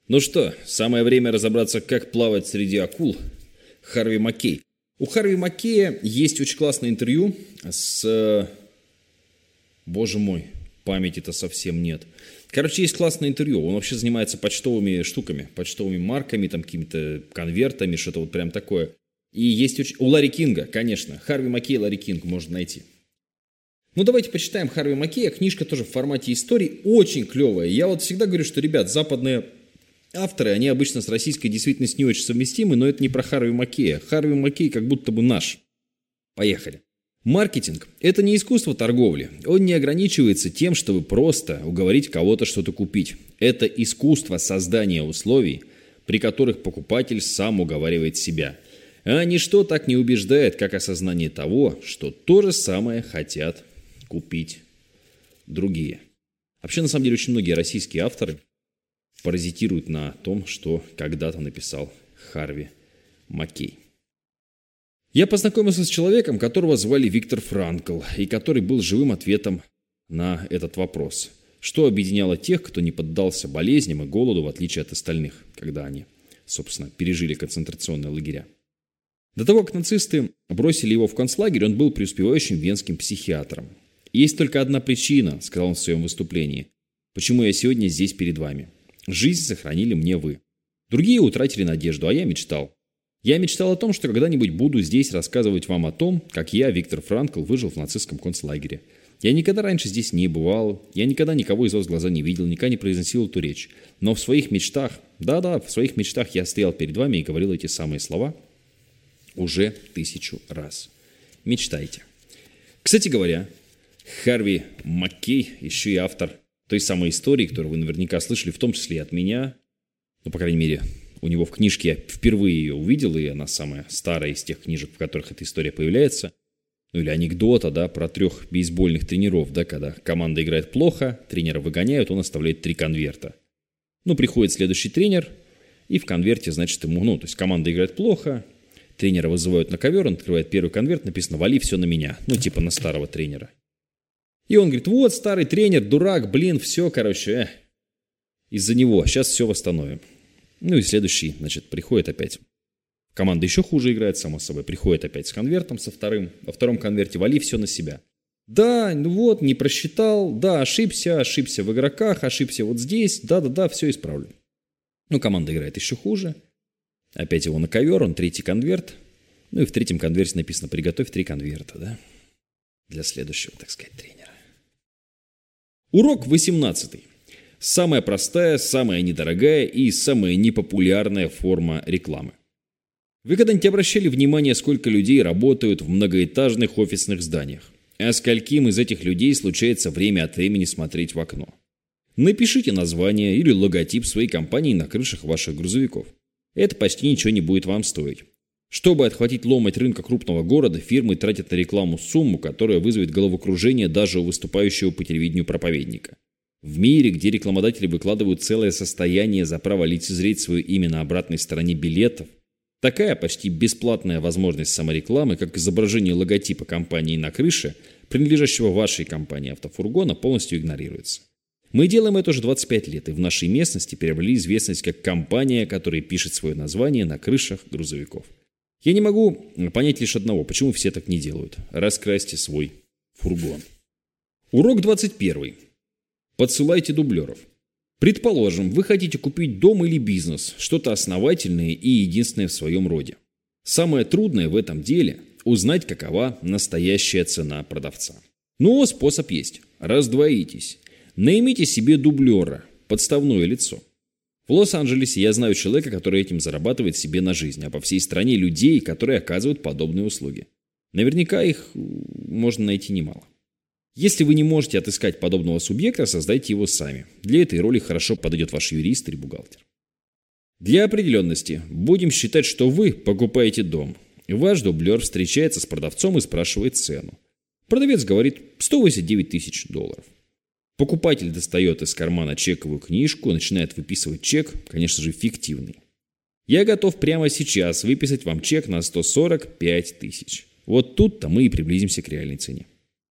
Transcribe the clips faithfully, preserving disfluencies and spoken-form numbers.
Ну что, самое время разобраться, как плавать среди акул. Харви Маккей. У Харви Маккея есть очень классное интервью с... Боже мой, памяти-то совсем нет. Короче, есть классное интервью. Он вообще занимается почтовыми штуками, почтовыми марками, там какими-то конвертами, что-то вот прям такое. И есть очень... У Ларри Кинга, конечно. Харви Маккей, Ларри Кинг можно найти. Ну, давайте почитаем Харви Маккея. Книжка тоже в формате истории. Очень клевая. Я вот всегда говорю, что, ребят, западные авторы, они обычно с российской действительностью не очень совместимы, но это не про Харви Маккея. Харви Маккей как будто бы наш. Поехали. Маркетинг – это не искусство торговли. Он не ограничивается тем, чтобы просто уговорить кого-то что-то купить. Это искусство создания условий, при которых покупатель сам уговаривает себя. А ничто так не убеждает, как осознание того, что то же самое хотят купить другие. Вообще, на самом деле, очень многие российские авторы паразитируют на том, что когда-то написал Харви Маккей. Я познакомился с человеком, которого звали Виктор Франкл, и который был живым ответом на этот вопрос. Что объединяло тех, кто не поддался болезням и голоду, в отличие от остальных, когда они, собственно, пережили концентрационные лагеря. До того, как нацисты бросили его в концлагерь, он был преуспевающим венским психиатром. «Есть только одна причина», — сказал он в своем выступлении, — «почему я сегодня здесь перед вами. Жизнь сохранили мне вы. Другие утратили надежду, а я мечтал. Я мечтал о том, что когда-нибудь буду здесь рассказывать вам о том, как я, Виктор Франкл, выжил в нацистском концлагере. Я никогда раньше здесь не бывал, я никогда никого из вас в глаза не видел, никогда не произносил эту речь. Но в своих мечтах, да-да, в своих мечтах я стоял перед вами и говорил эти самые слова уже тысячу раз. Мечтайте». Кстати говоря, Харви Маккей еще и автор той самой истории, которую вы наверняка слышали, в том числе и от меня, ну, по крайней мере, у него в книжке я впервые ее увидел, и она самая старая из тех книжек, в которых эта история появляется. Ну или анекдота, да, про трех бейсбольных тренеров, да, когда команда играет плохо, тренера выгоняют, он оставляет три конверта. Ну, приходит следующий тренер, и в конверте, значит, ему, ну, то есть команда играет плохо, тренера вызывают на ковер, он открывает первый конверт, написано «Вали все на меня», ну, типа на старого тренера. И он говорит: вот, старый тренер, дурак, блин, все, короче, э, из-за него, сейчас все восстановим. Ну и следующий, значит, приходит опять. Команда еще хуже играет, само собой. Приходит опять с конвертом, со вторым. Во втором конверте вали все на себя. Да, ну вот, не просчитал. Да, ошибся, ошибся в игроках, ошибся вот здесь. Да-да-да, все исправлю. Ну, команда играет еще хуже. Опять его на ковер, он третий конверт. Ну и в третьем конверте написано: приготовь три конверта, да? Для следующего, так сказать, тренера. Урок восемнадцатый. Самая простая, самая недорогая и самая непопулярная форма рекламы. Вы когда-нибудь обращали внимание, сколько людей работают в многоэтажных офисных зданиях? А скольким из этих людей случается время от времени смотреть в окно? Напишите название или логотип своей компании на крышах ваших грузовиков. Это почти ничего не будет вам стоить. Чтобы отхватить ломоть рынка крупного города, фирмы тратят на рекламу сумму, которая вызовет головокружение даже у выступающего по телевидению проповедника. В мире, где рекламодатели выкладывают целое состояние за право лицезреть свое имя на обратной стороне билетов, такая почти бесплатная возможность саморекламы, как изображение логотипа компании на крыше, принадлежащего вашей компании автофургона, полностью игнорируется. Мы делаем это уже двадцать пять лет, и в нашей местности приобрели известность как компания, которая пишет свое название на крышах грузовиков. Я не могу понять лишь одного: почему все так не делают. Раскрасьте свой фургон. Урок двадцать первый. Подсылайте дублеров. Предположим, вы хотите купить дом или бизнес, что-то основательное и единственное в своем роде. Самое трудное в этом деле – узнать, какова настоящая цена продавца. Но способ есть. Раздвоитесь. Наймите себе дублера, подставное лицо. В Лос-Анджелесе я знаю человека, который этим зарабатывает себе на жизнь, а по всей стране людей, которые оказывают подобные услуги. Наверняка их можно найти немало. Если вы не можете отыскать подобного субъекта, создайте его сами. Для этой роли хорошо подойдет ваш юрист или бухгалтер. Для определенности будем считать, что вы покупаете дом. Ваш дублер встречается с продавцом и спрашивает цену. Продавец говорит сто восемьдесят девять тысяч долларов. Покупатель достает из кармана чековую книжку, начинает выписывать чек, конечно же, фиктивный. Я готов прямо сейчас выписать вам чек на сто сорок пять тысяч. Вот тут-то мы и приблизимся к реальной цене.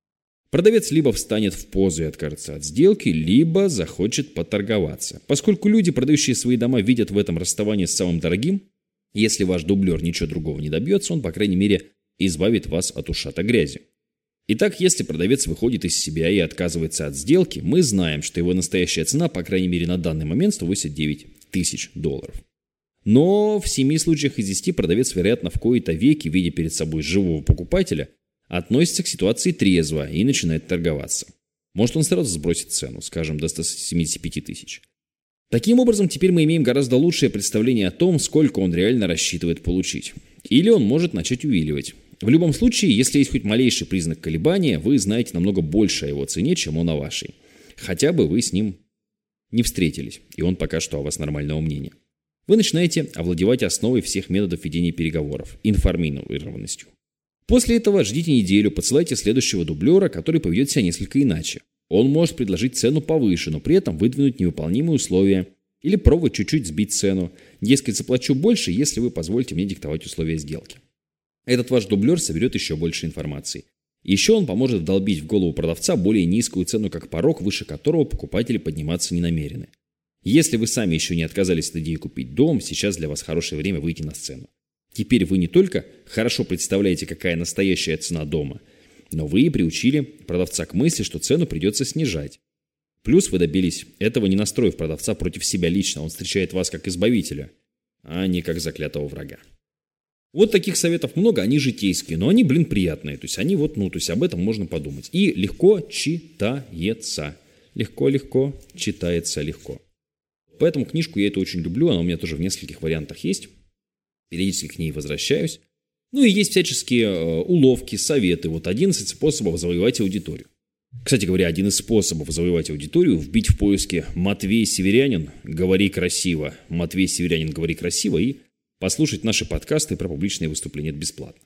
Продавец либо встанет в позу и откажется от сделки, либо захочет поторговаться. Поскольку люди, продающие свои дома, видят в этом расставание с самым дорогим, если ваш дублер ничего другого не добьется, он, по крайней мере, избавит вас от ушата грязи. Итак, если продавец выходит из себя и отказывается от сделки, мы знаем, что его настоящая цена, по крайней мере на данный момент, сто восемьдесят девять тысяч долларов. Но в семи случаях из десяти продавец, вероятно, в кои-то веки, видя перед собой живого покупателя, относится к ситуации трезво и начинает торговаться. Может, он сразу сбросит цену, скажем, до ста семидесяти пяти тысяч. Таким образом, теперь мы имеем гораздо лучшее представление о том, сколько он реально рассчитывает получить. Или он может начать увиливать. В любом случае, если есть хоть малейший признак колебания, вы знаете намного больше о его цене, чем он о вашей. Хотя бы вы с ним не встретились, и он пока что о вас нормального мнения. Вы начинаете овладевать основой всех методов ведения переговоров – информированностью. После этого ждите неделю, подсылайте следующего дублера, который поведет себя несколько иначе. Он может предложить цену повыше, но при этом выдвинуть невыполнимые условия или пробовать чуть-чуть сбить цену. Дескать, заплачу больше, если вы позволите мне диктовать условия сделки. Этот ваш дублер соберет еще больше информации. Еще он поможет вдолбить в голову продавца более низкую цену, как порог, выше которого покупатели подниматься не намерены. Если вы сами еще не отказались от идеи купить дом, сейчас для вас хорошее время выйти на сцену. Теперь вы не только хорошо представляете, какая настоящая цена дома, но вы и приучили продавца к мысли, что цену придется снижать. Плюс вы добились этого, не настроив продавца против себя лично. Он встречает вас как избавителя, а не как заклятого врага. Вот таких советов много, они житейские, но они, блин, приятные. То есть они вот, ну, то есть об этом можно подумать. И легко читается. Легко-легко читается легко. Поэтому книжку я эту очень люблю, она у меня тоже в нескольких вариантах есть. Периодически к ней возвращаюсь. Ну и есть всяческие э, уловки, советы. Вот одиннадцать способов завоевать аудиторию. Кстати говоря, один из способов завоевать аудиторию – вбить в поиске «Матвей Северянин, говори красиво», «Матвей Северянин, говори красиво» и послушать наши подкасты про публичные выступления. Это бесплатно.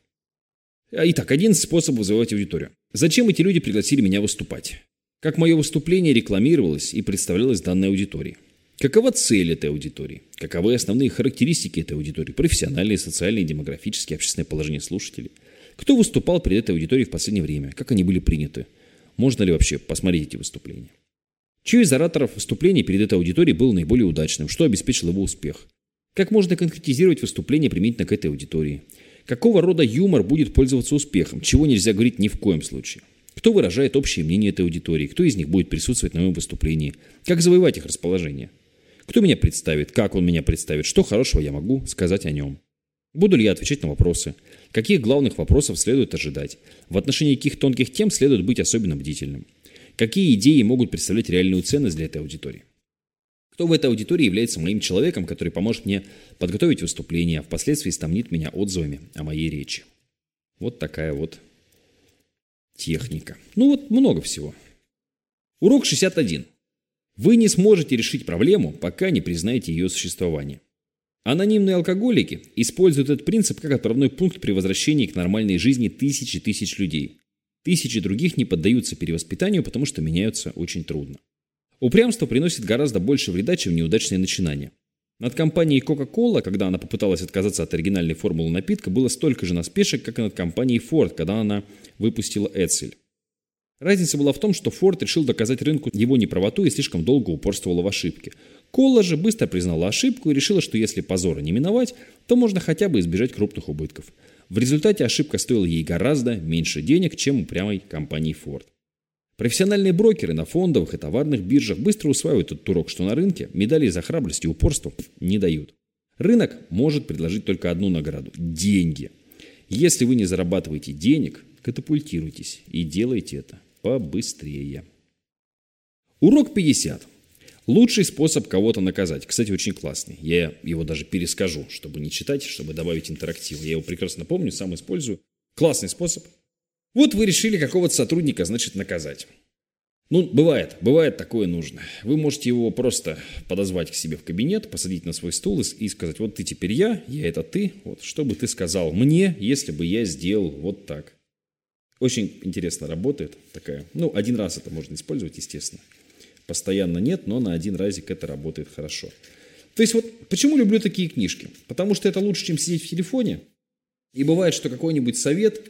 Итак, одиннадцать способов завоевать аудиторию. Зачем эти люди пригласили меня выступать? Как мое выступление рекламировалось и представлялось данной аудитории? Какова цель этой аудитории? Каковы основные характеристики этой аудитории? Профессиональные, социальные, демографические, общественное положение слушателей? Кто выступал перед этой аудиторией в последнее время? Как они были приняты? Можно ли вообще посмотреть эти выступления? Чье из ораторов выступление перед этой аудиторией было наиболее удачным? Что обеспечило его успех? Как можно конкретизировать выступление применительно к этой аудитории? Какого рода юмор будет пользоваться успехом? Чего нельзя говорить ни в коем случае? Кто выражает общее мнение этой аудитории? Кто из них будет присутствовать на моем выступлении? Как завоевать их расположение? Кто меня представит? Как он меня представит? Что хорошего я могу сказать о нем? Буду ли я отвечать на вопросы? Каких главных вопросов следует ожидать? В отношении каких тонких тем следует быть особенно бдительным? Какие идеи могут представлять реальную ценность для этой аудитории? Кто в этой аудитории является моим человеком, который поможет мне подготовить выступление, а впоследствии стомнит меня отзывами о моей речи? Вот такая вот техника. Ну вот много всего. Урок шестьдесят один. Вы не сможете решить проблему, пока не признаете ее существование. Анонимные алкоголики используют этот принцип как отправной пункт при возвращении к нормальной жизни тысячи тысяч людей. Тысячи других не поддаются перевоспитанию, потому что меняются очень трудно. Упрямство приносит гораздо больше вреда, чем неудачные начинания. Над компанией Coca-Cola, когда она попыталась отказаться от оригинальной формулы напитка, было столько же наспешек, как и над компанией Ford, когда она выпустила Эцель. Разница была в том, что Ford решил доказать рынку его неправоту и слишком долго упорствовала в ошибке. Кола же быстро признала ошибку и решила, что если позора не миновать, то можно хотя бы избежать крупных убытков. В результате ошибка стоила ей гораздо меньше денег, чем упрямой компании Ford. Профессиональные брокеры на фондовых и товарных биржах быстро усваивают этот урок, что на рынке медалей за храбрость и упорство не дают. Рынок может предложить только одну награду – деньги. Если вы не зарабатываете денег, катапультируйтесь и делайте это побыстрее. Урок пятьдесят. Лучший способ кого-то наказать. Кстати, очень классный. Я его даже перескажу, чтобы не читать, чтобы добавить интерактива. Я его прекрасно помню, сам использую. Классный способ. Вот вы решили какого-то сотрудника, значит, наказать. Ну, бывает, бывает такое нужно. Вы можете его просто подозвать к себе в кабинет, посадить на свой стул и сказать: вот ты теперь я, я это ты. Вот что бы ты сказал мне, если бы я сделал вот так. Очень интересно работает такая. Ну, один раз это можно использовать, естественно. Постоянно нет, но на один разик это работает хорошо. То есть вот почему люблю такие книжки? Потому что это лучше, чем сидеть в телефоне. И бывает, что какой-нибудь совет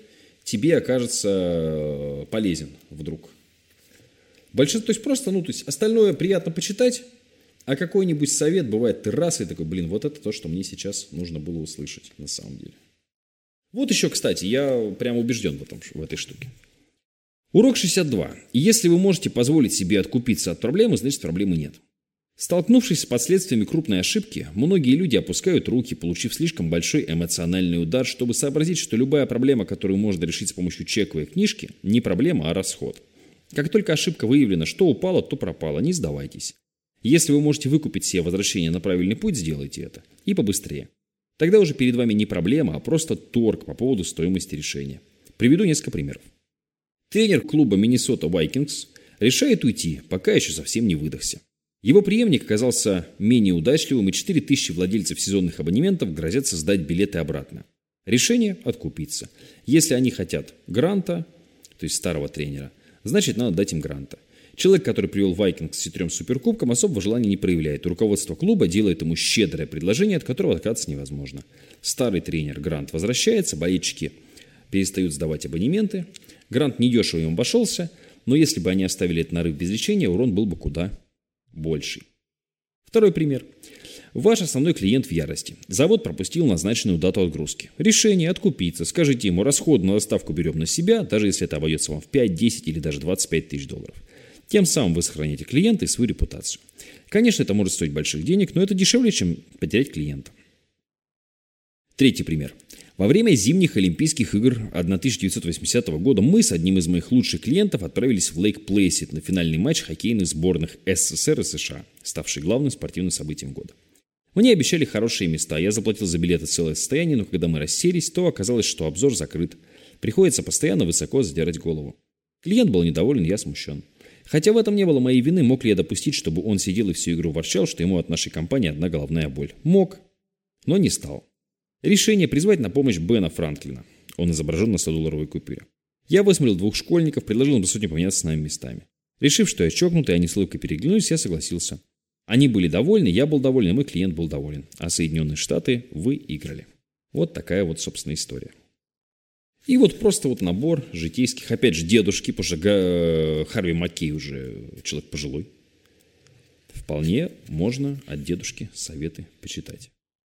тебе окажется полезен вдруг. Большинство, то есть просто, ну, то есть остальное приятно почитать, а какой-нибудь совет бывает, ты раз и такой, блин, вот это то, что мне сейчас нужно было услышать на самом деле. Вот еще, кстати, я прям убежден в, этом, в этой штуке. Урок шестьдесят два. Если вы можете позволить себе откупиться от проблемы, значит проблемы нет. Столкнувшись с последствиями крупной ошибки, многие люди опускают руки, получив слишком большой эмоциональный удар, чтобы сообразить, что любая проблема, которую можно решить с помощью чековой книжки, не проблема, а расход. Как только ошибка выявлена, что упало, то пропало, не сдавайтесь. Если вы можете выкупить себе возвращение на правильный путь, сделайте это. И побыстрее. Тогда уже перед вами не проблема, а просто торг по поводу стоимости решения. Приведу несколько примеров. Тренер клуба Minnesota Vikings решает уйти, пока еще совсем не выдохся. Его преемник оказался менее удачливым, и четыре тысячи владельцев сезонных абонементов грозятся сдать билеты обратно. Решение – откупиться. Если они хотят гранта, то есть старого тренера, значит, надо дать им гранта. Человек, который привел Vikings к четырем суперкубкам, особого желания не проявляет. Руководство клуба делает ему щедрое предложение, от которого отказаться невозможно. Старый тренер Грант возвращается, болельщики перестают сдавать абонементы. Грант недешево им обошелся, но если бы они оставили этот нарыв без лечения, урон был бы куда больший. Второй пример. Ваш основной клиент в ярости. Завод пропустил назначенную дату отгрузки. Решение – откупиться. Скажите ему, расходную доставку берем на себя, даже если это обойдется вам в пять, десять или даже двадцать пять тысяч долларов. Тем самым вы сохраните клиента и свою репутацию. Конечно, это может стоить больших денег, но это дешевле, чем потерять клиента. Третий пример. Во время зимних Олимпийских игр тысяча девятьсот восьмидесятого года мы с одним из моих лучших клиентов отправились в Лейк Плэйсид на финальный матч хоккейных сборных СССР и США, ставший главным спортивным событием года. Мне обещали хорошие места, я заплатил за билеты целое состояние, но когда мы расселись, то оказалось, что обзор закрыт. Приходится постоянно высоко задирать голову. Клиент был недоволен, я смущен. Хотя в этом не было моей вины, мог ли я допустить, чтобы он сидел и всю игру ворчал, что ему от нашей компании одна головная боль? Мог, но не стал. Решение призвать на помощь Бена Франклина. Он изображен на сто-долларовой купюре. Я высмотрел двух школьников, предложил им по сути поменяться с нами местами. Решив, что я чокнутый, они с улыбкой переглянулись, я согласился. Они были довольны, я был доволен, и мой клиент был доволен. А Соединенные Штаты выиграли. Вот такая вот, собственно, история. И вот просто вот набор житейских, опять же, дедушки, потому что Харви Маккей уже человек пожилой. Вполне можно от дедушки советы почитать.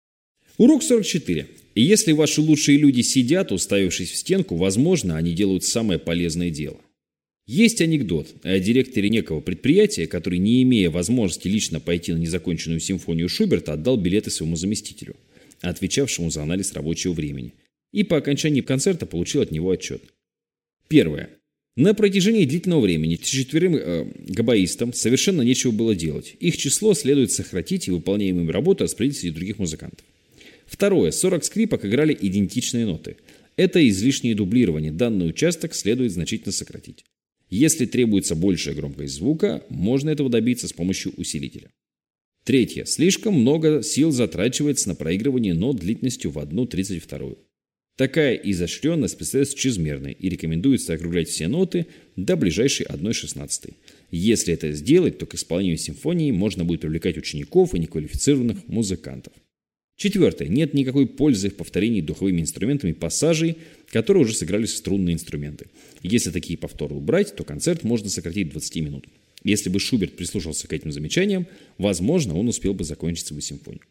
Урок сорок четыре. И если ваши лучшие люди сидят, уставившись в стенку, возможно, они делают самое полезное дело. Есть анекдот о директоре некого предприятия, который, не имея возможности лично пойти на незаконченную симфонию Шуберта, отдал билеты своему заместителю, отвечавшему за анализ рабочего времени. И по окончании концерта получил от него отчет. Первое. На протяжении длительного времени четверым э, габаистам совершенно нечего было делать. Их число следует сократить и выполняемую им работу распределить среди других музыкантов. Второе. сорок скрипок играли идентичные ноты. Это излишнее дублирование. Данный участок следует значительно сократить. Если требуется большая громкость звука, можно этого добиться с помощью усилителя. Третье. Слишком много сил затрачивается на проигрывание нот длительностью в одну тридцать два. Такая изощренность представляется чрезмерной и рекомендуется округлять все ноты до ближайшей одна шестнадцатая. Если это сделать, то к исполнению симфонии можно будет привлекать учеников и неквалифицированных музыкантов. Четвертое. Нет никакой пользы в повторении духовыми инструментами пассажей, которые уже сыгрались струнные инструменты. Если такие повторы убрать, то концерт можно сократить до двадцати минут. Если бы Шуберт прислушался к этим замечаниям, возможно, он успел бы закончить свою симфонию.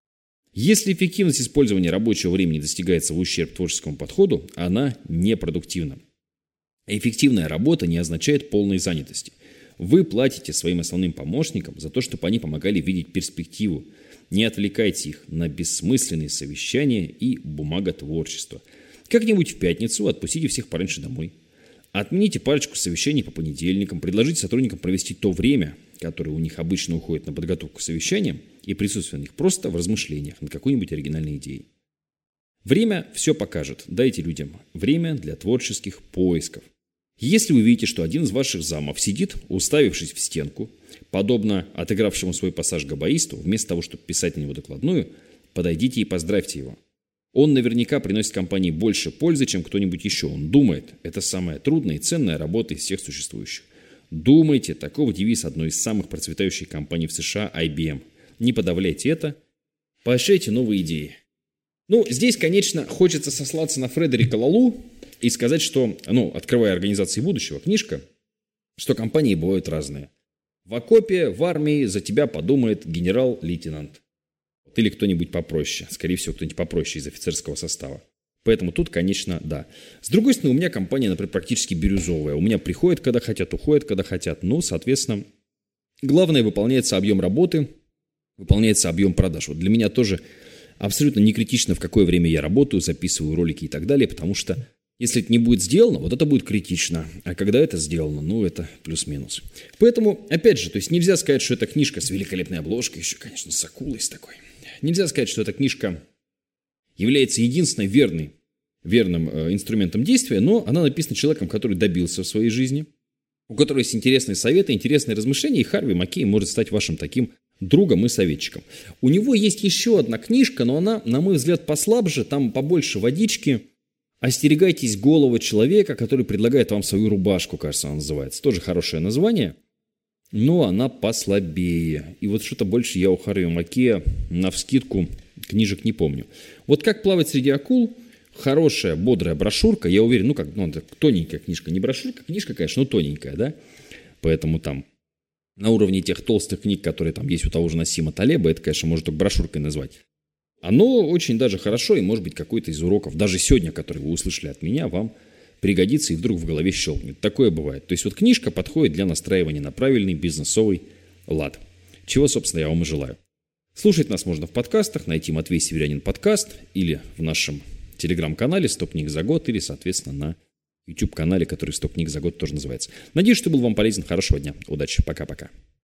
Если эффективность использования рабочего времени достигается в ущерб творческому подходу, она непродуктивна. Эффективная работа не означает полной занятости. Вы платите своим основным помощникам за то, чтобы они помогали видеть перспективу. Не отвлекайте их на бессмысленные совещания и бумаготворчество. Как-нибудь в пятницу отпустите всех пораньше домой. Отмените парочку совещаний по понедельникам, предложите сотрудникам провести то время, которое у них обычно уходит на подготовку к совещаниям, и присутствие на них просто в размышлениях над какой-нибудь оригинальной идеей. Время все покажет. Дайте людям время для творческих поисков. Если вы видите, что один из ваших замов сидит, уставившись в стенку, подобно отыгравшему свой пассаж габаисту, вместо того, чтобы писать на него докладную, подойдите и поздравьте его. Он наверняка приносит компании больше пользы, чем кто-нибудь еще. Он думает, это самая трудная и ценная работа из всех существующих. Думайте, таков девиз одной из самых процветающих компаний в США, ай би эм. Не подавляйте это, поощряйте новые идеи. Ну, здесь, конечно, хочется сослаться на Фредерика Лалу, и сказать, что, ну, открывая организации будущего, книжка, что компании бывают разные. В окопе, в армии за тебя подумает генерал-лейтенант. Или кто-нибудь попроще. Скорее всего, кто-нибудь попроще из офицерского состава. Поэтому тут, конечно, да. С другой стороны, у меня компания, например, практически бирюзовая. У меня приходят, когда хотят, уходят, когда хотят. Ну, соответственно, главное, выполняется объем работы, выполняется объем продаж. Вот для меня тоже абсолютно не критично, в какое время я работаю, записываю ролики и так далее, потому что если это не будет сделано, вот это будет критично. А когда это сделано, ну, это плюс-минус. Поэтому, опять же, то есть нельзя сказать, что это книжка с великолепной обложкой, еще, конечно, с акулой с такой. Нельзя сказать, что эта книжка является единственной верной, верным э, инструментом действия, но она написана человеком, который добился в своей жизни, у которого есть интересные советы, интересные размышления, и Харви Маккей может стать вашим таким другом и советчиком. У него есть еще одна книжка, но она, на мой взгляд, послабже, там побольше водички. «Остерегайтесь голого человека, который предлагает вам свою рубашку», кажется, она называется. Тоже хорошее название, но она послабее. И вот что-то больше я у Харви Маккея навскидку книжек не помню. Вот «Как плавать среди акул» – хорошая, бодрая брошюрка. Я уверен, ну, как, ну, это тоненькая книжка. Не брошюрка, книжка, конечно, но тоненькая, да? Поэтому там на уровне тех толстых книг, которые там есть у того же Насима Талеба, это, конечно, можно только брошюркой назвать. Оно очень даже хорошо, и, может быть, какой-то из уроков, даже сегодня, который вы услышали от меня, вам пригодится и вдруг в голове щелкнет. Такое бывает. То есть вот книжка подходит для настраивания на правильный бизнесовый лад. Чего, собственно, я вам и желаю. Слушать нас можно в подкастах, найти Матвей Северянин подкаст или в нашем телеграм-канале «сто книг за год» или, соответственно, на YouTube-канале, который «сто книг за год» тоже называется. Надеюсь, что был вам полезен. Хорошего дня. Удачи. Пока-пока.